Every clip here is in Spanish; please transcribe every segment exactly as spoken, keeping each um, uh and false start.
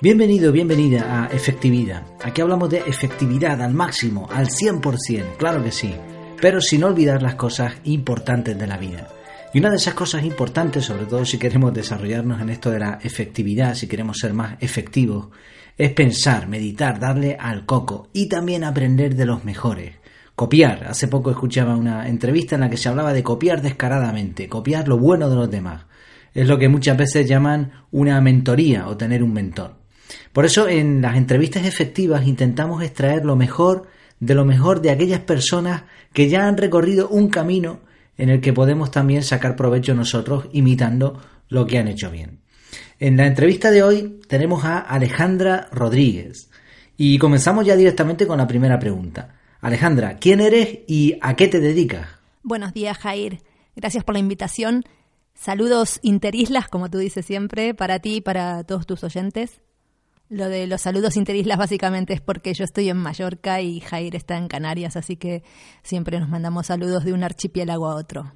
Bienvenido, bienvenida a Efectividad. Aquí hablamos de efectividad al máximo, al cien por ciento, claro que sí, pero sin olvidar las cosas importantes de la vida. Y una de esas cosas importantes, sobre todo si queremos desarrollarnos en esto de la efectividad, si queremos ser más efectivos, es pensar, meditar, darle al coco y también aprender de los mejores. Copiar. Hace poco escuchaba una entrevista en la que se hablaba de copiar descaradamente, copiar lo bueno de los demás. Es lo que muchas veces llaman una mentoría o tener un mentor. Por eso en las entrevistas efectivas intentamos extraer lo mejor de lo mejor de aquellas personas que ya han recorrido un camino en el que podemos también sacar provecho nosotros imitando lo que han hecho bien. En la entrevista de hoy tenemos a Alejandra Rodríguez y comenzamos ya directamente con la primera pregunta. Alejandra, ¿quién eres y a qué te dedicas? Buenos días, Jair. Gracias por la invitación. Saludos interislas, como tú dices siempre, para ti y para todos tus oyentes. Lo de los saludos interislas básicamente es porque yo estoy en Mallorca y Jair está en Canarias, así que siempre nos mandamos saludos de un archipiélago a otro.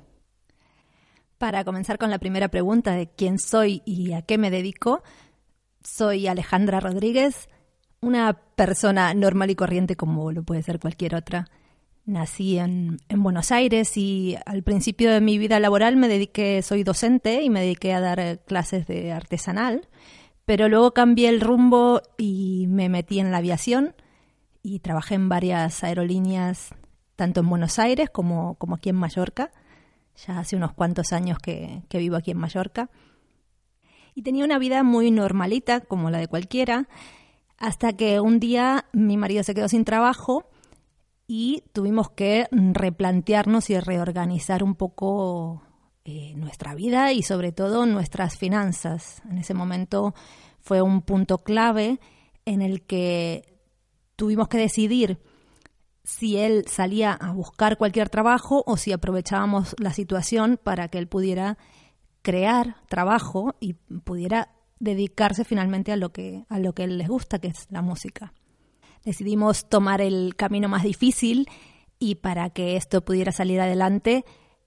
Para comenzar con la primera pregunta de quién soy y a qué me dedico, soy Alejandra Rodríguez, una persona normal y corriente como lo puede ser cualquier otra. Nací en, en Buenos Aires y al principio de mi vida laboral me dediqué, soy docente y me dediqué a dar clases de artesanal. Pero luego cambié el rumbo y me metí en la aviación y trabajé en varias aerolíneas, tanto en Buenos Aires como, como aquí en Mallorca. Ya hace unos cuantos años que, que vivo aquí en Mallorca. Y tenía una vida muy normalita, como la de cualquiera, hasta que un día mi marido se quedó sin trabajo y tuvimos que replantearnos y reorganizar un poco Eh, nuestra vida y sobre todo nuestras finanzas. En ese momento fue un punto clave en el que tuvimos que decidir si él salía a buscar cualquier trabajo o si aprovechábamos la situación para que él pudiera crear trabajo y pudiera dedicarse finalmente a lo que, a lo que a él les gusta, que es la música. Decidimos tomar el camino más difícil y para que esto pudiera salir adelante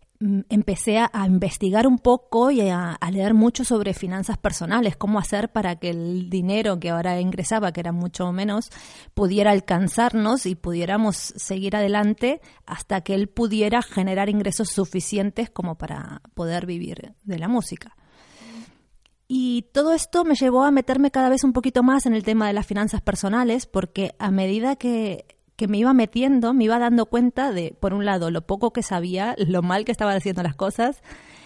empecé a, a investigar un poco y a, a leer mucho sobre finanzas personales, cómo hacer para que el dinero que ahora ingresaba, que era mucho menos, pudiera alcanzarnos y pudiéramos seguir adelante hasta que él pudiera generar ingresos suficientes como para poder vivir de la música. Y todo esto me llevó a meterme cada vez un poquito más en el tema de las finanzas personales, porque a medida que que me iba metiendo, me iba dando cuenta de, por un lado, lo poco que sabía, lo mal que estaba haciendo las cosas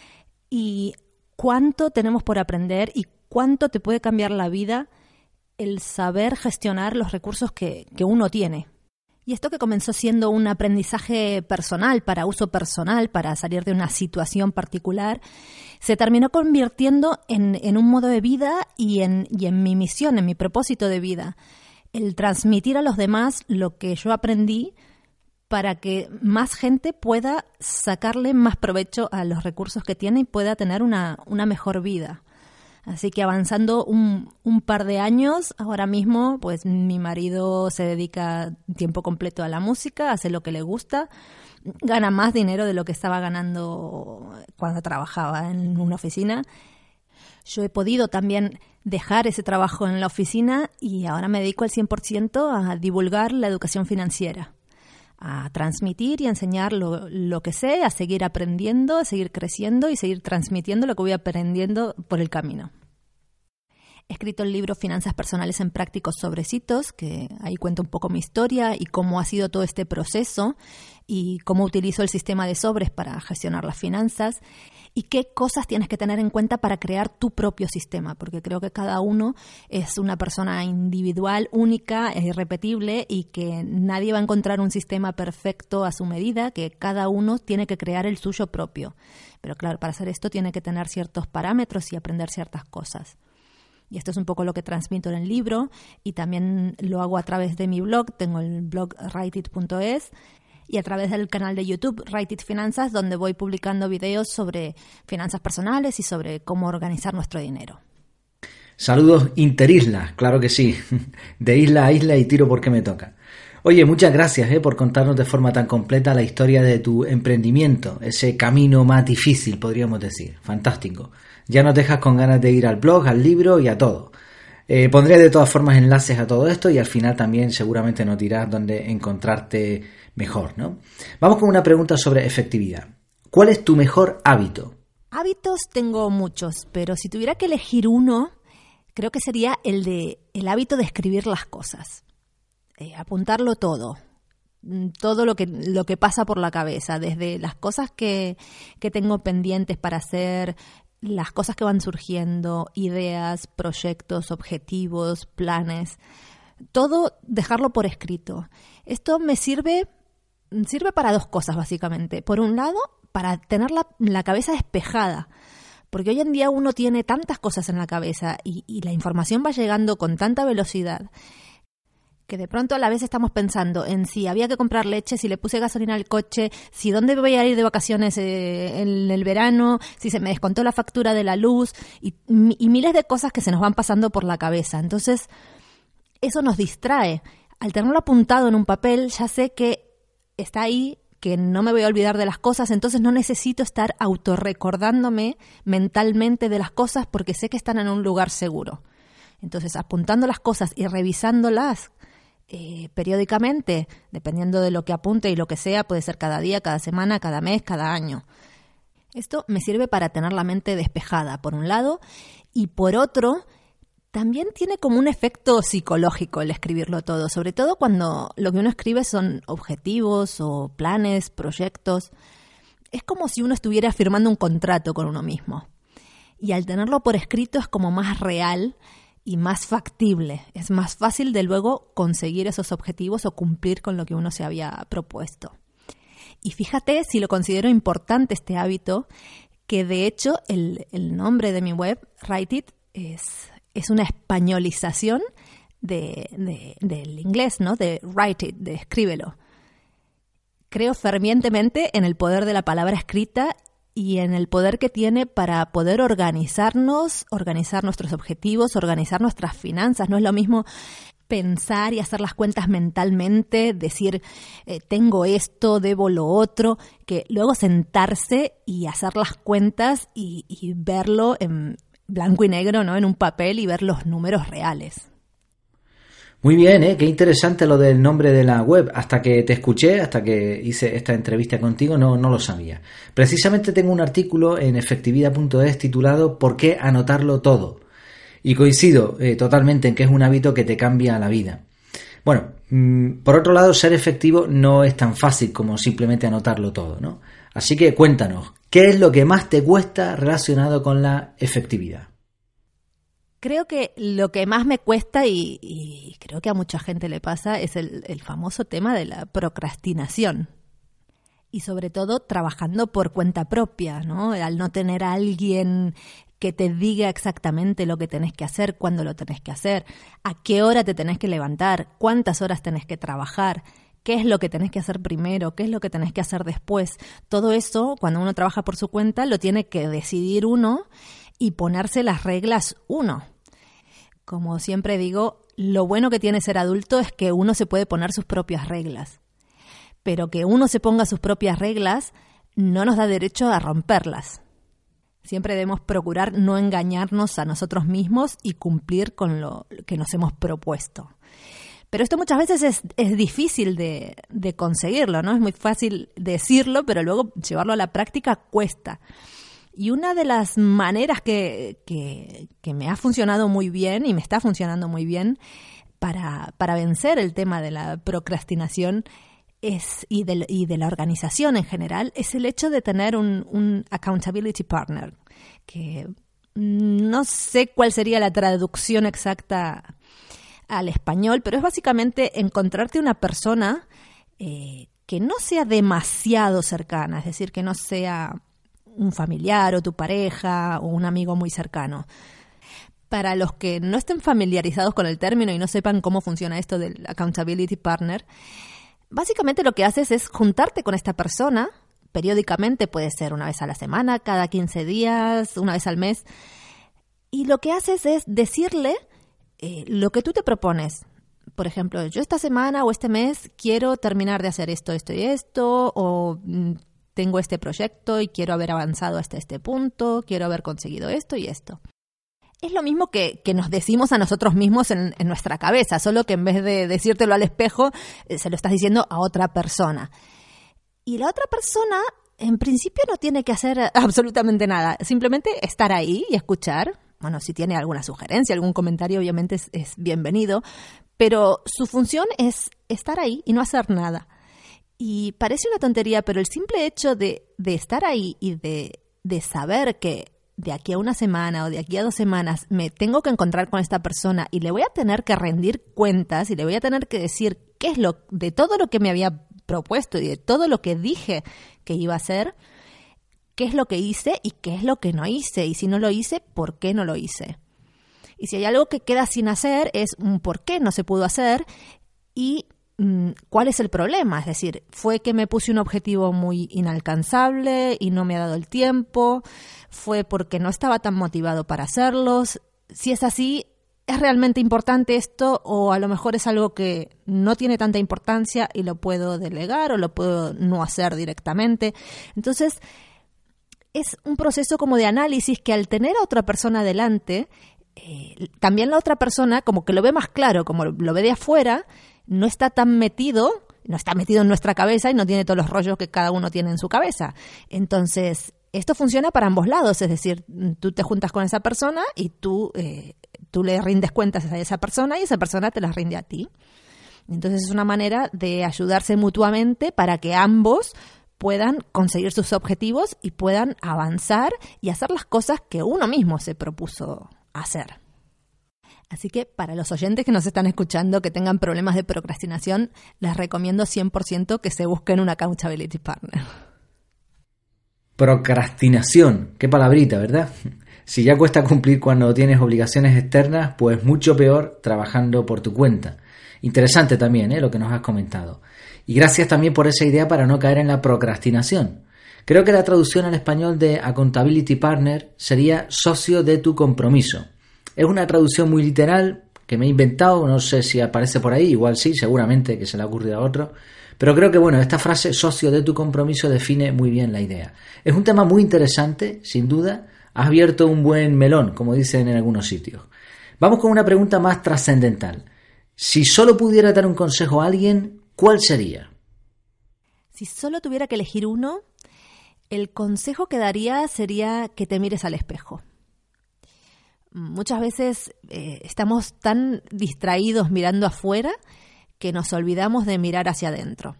y cuánto tenemos por aprender y cuánto te puede cambiar la vida el saber gestionar los recursos que, que uno tiene. Y esto que comenzó siendo un aprendizaje personal, para uso personal, para salir de una situación particular, se terminó convirtiendo en, en un modo de vida y en, y en mi misión, en mi propósito de vida. El transmitir a los demás lo que yo aprendí para que más gente pueda sacarle más provecho a los recursos que tiene y pueda tener una, una mejor vida. Así que avanzando un, un par de años, ahora mismo pues mi marido se dedica tiempo completo a la música, hace lo que le gusta, gana más dinero de lo que estaba ganando cuando trabajaba en una oficina. Yo he podido también dejar ese trabajo en la oficina y ahora me dedico al cien por ciento a divulgar la educación financiera, a transmitir y a enseñar lo, lo que sé, a seguir aprendiendo, a seguir creciendo y seguir transmitiendo lo que voy aprendiendo por el camino. He escrito el libro Finanzas Personales en Prácticos Sobrecitos, que ahí cuento un poco mi historia y cómo ha sido todo este proceso y cómo utilizo el sistema de sobres para gestionar las finanzas y qué cosas tienes que tener en cuenta para crear tu propio sistema, porque creo que cada uno es una persona individual, única e irrepetible y que nadie va a encontrar un sistema perfecto a su medida, que cada uno tiene que crear el suyo propio. Pero claro, para hacer esto tiene que tener ciertos parámetros y aprender ciertas cosas. Y esto es un poco lo que transmito en el libro y también lo hago a través de mi blog. Tengo el blog write it punto es y a través del canal de YouTube Write It Finanzas, donde voy publicando videos sobre finanzas personales y sobre cómo organizar nuestro dinero. Saludos interislas, claro que sí, de isla a isla y tiro porque me toca. Oye, muchas gracias eh, por contarnos de forma tan completa la historia de tu emprendimiento, ese camino más difícil, podríamos decir. Fantástico. Ya nos dejas con ganas de ir al blog, al libro y a todo. Eh, pondré de todas formas enlaces a todo esto y al final también seguramente nos dirás dónde encontrarte mejor, ¿no? Vamos con una pregunta sobre efectividad. ¿Cuál es tu mejor hábito? Hábitos tengo muchos, pero si tuviera que elegir uno, creo que sería el de el hábito de escribir las cosas. Eh, apuntarlo todo. Todo lo que, lo que pasa por la cabeza, desde las cosas que, que tengo pendientes para hacer, las cosas que van surgiendo, ideas, proyectos, objetivos, planes, todo dejarlo por escrito. Esto me sirve, sirve para dos cosas básicamente. Por un lado, para tener la, la cabeza despejada, porque hoy en día uno tiene tantas cosas en la cabeza y, y la información va llegando con tanta velocidad que de pronto a la vez estamos pensando en si había que comprar leche, si le puse gasolina al coche, si dónde voy a ir de vacaciones eh, en el verano, si se me descontó la factura de la luz y, y miles de cosas que se nos van pasando por la cabeza. Entonces, eso nos distrae. Al tenerlo apuntado en un papel, ya sé que está ahí, que no me voy a olvidar de las cosas, entonces no necesito estar autorrecordándome mentalmente de las cosas porque sé que están en un lugar seguro. Entonces, apuntando las cosas y revisándolas, Eh, periódicamente, dependiendo de lo que apunte y lo que sea, puede ser cada día, cada semana, cada mes, cada año. Esto me sirve para tener la mente despejada, por un lado, y por otro, también tiene como un efecto psicológico el escribirlo todo, sobre todo cuando lo que uno escribe son objetivos o planes, proyectos. Es como si uno estuviera firmando un contrato con uno mismo. Y al tenerlo por escrito es como más real y más factible. Es más fácil de luego conseguir esos objetivos o cumplir con lo que uno se había propuesto. Y fíjate si lo considero importante este hábito, que de hecho el, el nombre de mi web, Write It, es, es una españolización de, de, del inglés, ¿no? De write it, de escríbelo. Creo fervientemente en el poder de la palabra escrita y en el poder que tiene para poder organizarnos, organizar nuestros objetivos, organizar nuestras finanzas. No es lo mismo pensar y hacer las cuentas mentalmente, decir, eh, tengo esto, debo lo otro, que luego sentarse y hacer las cuentas y, y verlo en blanco y negro, ¿no? En un papel y ver los números reales. Muy bien, ¿eh? Qué interesante lo del nombre de la web. Hasta que te escuché, hasta que hice esta entrevista contigo, no, no lo sabía. Precisamente tengo un artículo en efectividad punto es titulado ¿Por qué anotarlo todo? Y coincido eh, totalmente en que es un hábito que te cambia la vida. Bueno, mmm, por otro lado, ser efectivo no es tan fácil como simplemente anotarlo todo, ¿no? Así que cuéntanos, ¿qué es lo que más te cuesta relacionado con la efectividad? Creo que lo que más me cuesta, y, y creo que a mucha gente le pasa, es el, el famoso tema de la procrastinación. Y sobre todo trabajando por cuenta propia, ¿no? Al no tener a alguien que te diga exactamente lo que tenés que hacer, cuándo lo tenés que hacer, a qué hora te tenés que levantar, cuántas horas tenés que trabajar, qué es lo que tenés que hacer primero, qué es lo que tenés que hacer después. Todo eso, cuando uno trabaja por su cuenta, lo tiene que decidir uno y ponerse las reglas uno. Como siempre digo, lo bueno que tiene ser adulto es que uno se puede poner sus propias reglas. Pero que uno se ponga sus propias reglas no nos da derecho a romperlas. Siempre debemos procurar no engañarnos a nosotros mismos y cumplir con lo que nos hemos propuesto. Pero esto muchas veces es, es difícil de, de conseguirlo, ¿no? Es muy fácil decirlo, pero luego llevarlo a la práctica cuesta. Y una de las maneras que, que, que me ha funcionado muy bien y me está funcionando muy bien para, para vencer el tema de la procrastinación es, y, de, y de la organización en general es el hecho de tener un, un accountability partner, que no sé cuál sería la traducción exacta al español, pero es básicamente encontrarte una persona eh, que no sea demasiado cercana, es decir, que no sea un familiar o tu pareja o un amigo muy cercano. Para los que no estén familiarizados con el término y no sepan cómo funciona esto del accountability partner, básicamente lo que haces es juntarte con esta persona periódicamente, puede ser una vez a la semana, cada quince días, una vez al mes, y lo que haces es decirle eh, lo que tú te propones. Por ejemplo, yo esta semana o este mes quiero terminar de hacer esto, esto y esto, o mm, tengo este proyecto y quiero haber avanzado hasta este punto, quiero haber conseguido esto y esto. es lo mismo que, que nos decimos a nosotros mismos en, en nuestra cabeza, solo que en vez de decírtelo al espejo, eh, se lo estás diciendo a otra persona. Y la otra persona, en principio, no tiene que hacer absolutamente nada, simplemente estar ahí y escuchar. Bueno, si tiene alguna sugerencia, algún comentario, obviamente es, es bienvenido, pero su función es estar ahí y no hacer nada. Y parece una tontería, pero el simple hecho de, de estar ahí y de, de saber que de aquí a una semana o de aquí a dos semanas me tengo que encontrar con esta persona y le voy a tener que rendir cuentas y le voy a tener que decir qué es lo de todo lo que me había propuesto y de todo lo que dije que iba a hacer, qué es lo que hice y qué es lo que no hice. Y si no lo hice, ¿por qué no lo hice? Y si hay algo que queda sin hacer, es un por qué no se pudo hacer y ¿cuál es el problema? Es decir, ¿fue que me puse un objetivo muy inalcanzable y no me ha dado el tiempo? ¿Fue porque no estaba tan motivado para hacerlos? Si es así, ¿es realmente importante esto o a lo mejor es algo que no tiene tanta importancia y lo puedo delegar o lo puedo no hacer directamente? Entonces, es un proceso como de análisis que al tener a otra persona delante, eh, también la otra persona como que lo ve más claro, como lo ve de afuera, no está tan metido, no está metido en nuestra cabeza y no tiene todos los rollos que cada uno tiene en su cabeza. Entonces, esto funciona para ambos lados, es decir, tú te juntas con esa persona y tú, eh, tú le rindes cuentas a esa persona y esa persona te las rinde a ti. Entonces, es una manera de ayudarse mutuamente para que ambos puedan conseguir sus objetivos y puedan avanzar y hacer las cosas que uno mismo se propuso hacer. Así que para los oyentes que nos están escuchando que tengan problemas de procrastinación, les recomiendo cien por ciento que se busquen un accountability partner. Procrastinación, qué palabrita, ¿verdad? Si ya cuesta cumplir cuando tienes obligaciones externas, pues mucho peor trabajando por tu cuenta. Interesante también, ¿eh? Lo que nos has comentado. Y gracias también por esa idea para no caer en la procrastinación. Creo que la traducción al español de accountability partner sería socio de tu compromiso. Es una traducción muy literal que me he inventado, no sé si aparece por ahí, igual sí, seguramente que se le ha ocurrido a otro, pero creo que bueno, esta frase socio de tu compromiso define muy bien la idea. Es un tema muy interesante, sin duda, has abierto un buen melón, como dicen en algunos sitios. Vamos con una pregunta más trascendental. Si solo pudiera dar un consejo a alguien, ¿cuál sería? Si solo tuviera que elegir uno, el consejo que daría sería que te mires al espejo. Muchas veces eh, estamos tan distraídos mirando afuera que nos olvidamos de mirar hacia adentro.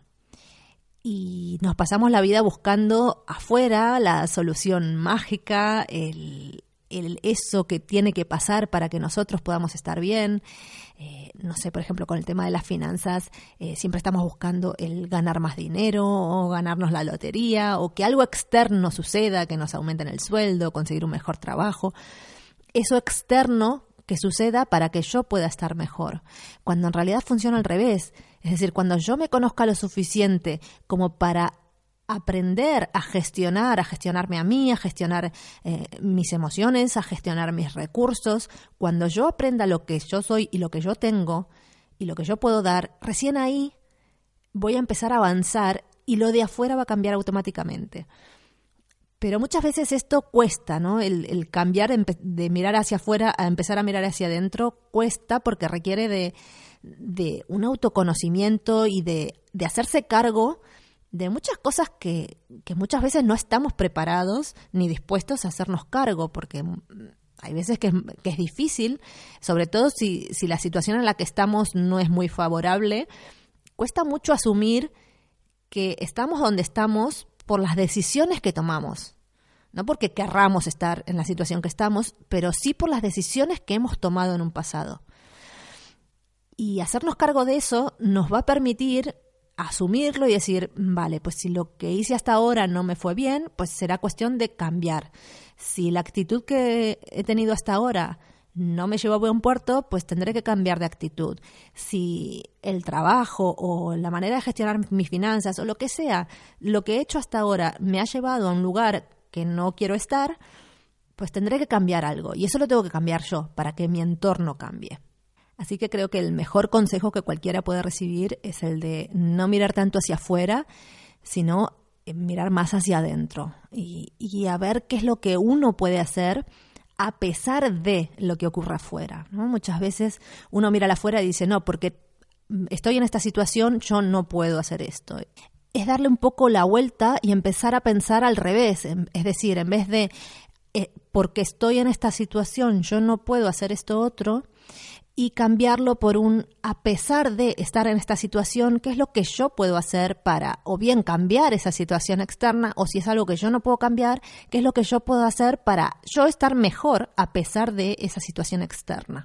Y nos pasamos la vida buscando afuera la solución mágica, el, el eso que tiene que pasar para que nosotros podamos estar bien. Eh, no sé, por ejemplo, con el tema de las finanzas, eh, siempre estamos buscando el ganar más dinero o ganarnos la lotería o que algo externo suceda, que nos aumenten el sueldo, conseguir un mejor trabajo. Eso externo que suceda para que yo pueda estar mejor, cuando en realidad funciona al revés. Es decir, cuando yo me conozca lo suficiente como para aprender a gestionar, a gestionarme a mí, a gestionar eh, mis emociones, a gestionar mis recursos, cuando yo aprenda lo que yo soy y lo que yo tengo y lo que yo puedo dar, recién ahí voy a empezar a avanzar y lo de afuera va a cambiar automáticamente. Pero muchas veces esto cuesta, ¿no? El, el cambiar de mirar hacia afuera a empezar a mirar hacia adentro cuesta porque requiere de, de un autoconocimiento y de, de hacerse cargo de muchas cosas que, que muchas veces no estamos preparados ni dispuestos a hacernos cargo, porque hay veces que es, que es difícil, sobre todo si, si la situación en la que estamos no es muy favorable, cuesta mucho asumir que estamos donde estamos por las decisiones que tomamos, no porque querramos estar en la situación que estamos, pero sí por las decisiones que hemos tomado en un pasado. Y hacernos cargo de eso nos va a permitir asumirlo y decir, vale, pues si lo que hice hasta ahora no me fue bien, pues será cuestión de cambiar. Si la actitud que he tenido hasta ahora no me llevó a buen puerto, pues tendré que cambiar de actitud. Si el trabajo o la manera de gestionar mis finanzas o lo que sea, lo que he hecho hasta ahora me ha llevado a un lugar que no quiero estar, pues tendré que cambiar algo. Y eso lo tengo que cambiar yo para que mi entorno cambie. Así que creo que el mejor consejo que cualquiera puede recibir es el de no mirar tanto hacia afuera, sino mirar más hacia adentro y, y a ver qué es lo que uno puede hacer a pesar de lo que ocurra afuera, ¿no? Muchas veces uno mira afuera y dice, no, porque estoy en esta situación, yo no puedo hacer esto. Es darle un poco la vuelta y empezar a pensar al revés. Es decir, en vez de, eh, porque estoy en esta situación, yo no puedo hacer esto otro, y cambiarlo por un, a pesar de estar en esta situación, ¿qué es lo que yo puedo hacer para o bien cambiar esa situación externa, o si es algo que yo no puedo cambiar, qué es lo que yo puedo hacer para yo estar mejor a pesar de esa situación externa?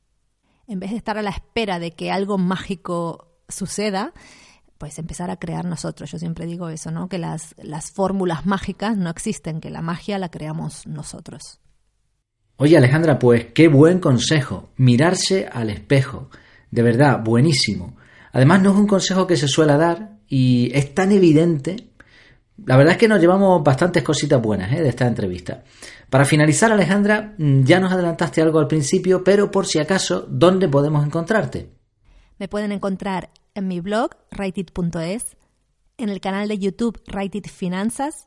En vez de estar a la espera de que algo mágico suceda, pues empezar a crear nosotros. Yo siempre digo eso, ¿no? Que las, las fórmulas mágicas no existen, que la magia la creamos nosotros. Oye, Alejandra, pues qué buen consejo, mirarse al espejo. De verdad, buenísimo. Además, no es un consejo que se suele dar y es tan evidente. La verdad es que nos llevamos bastantes cositas buenas, ¿eh? de esta entrevista. Para finalizar, Alejandra, ya nos adelantaste algo al principio, pero por si acaso, ¿dónde podemos encontrarte? Me pueden encontrar en mi blog, write it punto es, en el canal de YouTube Write It Finanzas.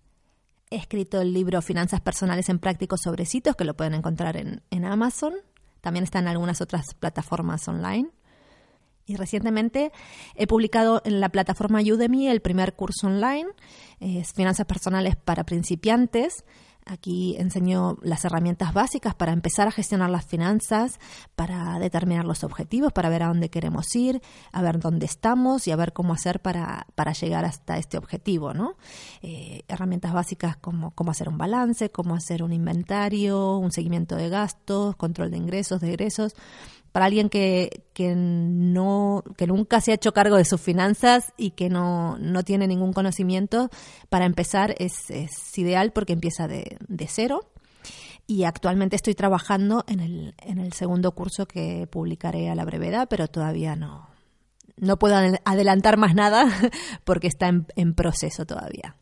He escrito el libro Finanzas Personales en Prácticos sobre Sitios, que lo pueden encontrar en, en Amazon. También está en algunas otras plataformas online. Y recientemente he publicado en la plataforma Udemy el primer curso online, es Finanzas Personales para Principiantes. Aquí enseño las herramientas básicas para empezar a gestionar las finanzas, para determinar los objetivos, para ver a dónde queremos ir, a ver dónde estamos y a ver cómo hacer para, para llegar hasta este objetivo, ¿no? Eh, herramientas básicas como cómo hacer un balance, cómo hacer un inventario, un seguimiento de gastos, control de ingresos, de egresos. Para alguien que, que, no, que nunca se ha hecho cargo de sus finanzas y que no, no tiene ningún conocimiento, para empezar es, es ideal porque empieza de, de cero. Y actualmente estoy trabajando en el, en el segundo curso que publicaré a la brevedad, pero todavía no, no puedo adelantar más nada porque está en, en proceso todavía.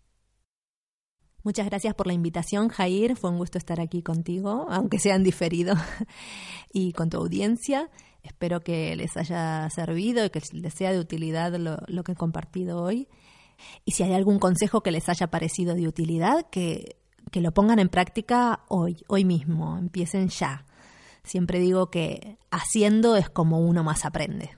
Muchas gracias por la invitación, Jair. Fue un gusto estar aquí contigo, aunque sea en diferido, y con tu audiencia. Espero que les haya servido y que les sea de utilidad lo, lo que he compartido hoy. Y si hay algún consejo que les haya parecido de utilidad, que, que lo pongan en práctica hoy, hoy mismo. Empiecen ya. Siempre digo que haciendo es como uno más aprende.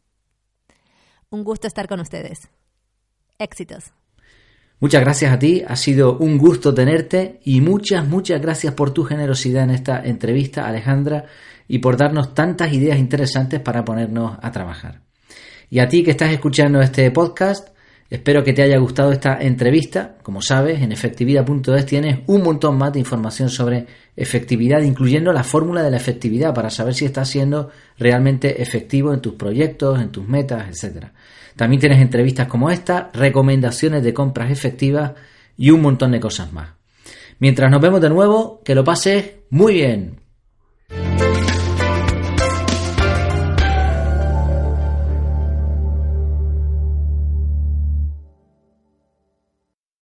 Un gusto estar con ustedes. Éxitos. Muchas gracias a ti, ha sido un gusto tenerte y muchas, muchas gracias por tu generosidad en esta entrevista, Alejandra, y por darnos tantas ideas interesantes para ponernos a trabajar. Y a ti que estás escuchando este podcast, espero que te haya gustado esta entrevista. Como sabes, en efectividad punto es tienes un montón más de información sobre efectividad, incluyendo la fórmula de la efectividad para saber si estás siendo realmente efectivo en tus proyectos, en tus metas, etcétera. También tienes entrevistas como esta, recomendaciones de compras efectivas y un montón de cosas más. Mientras nos vemos de nuevo, que lo pases muy bien.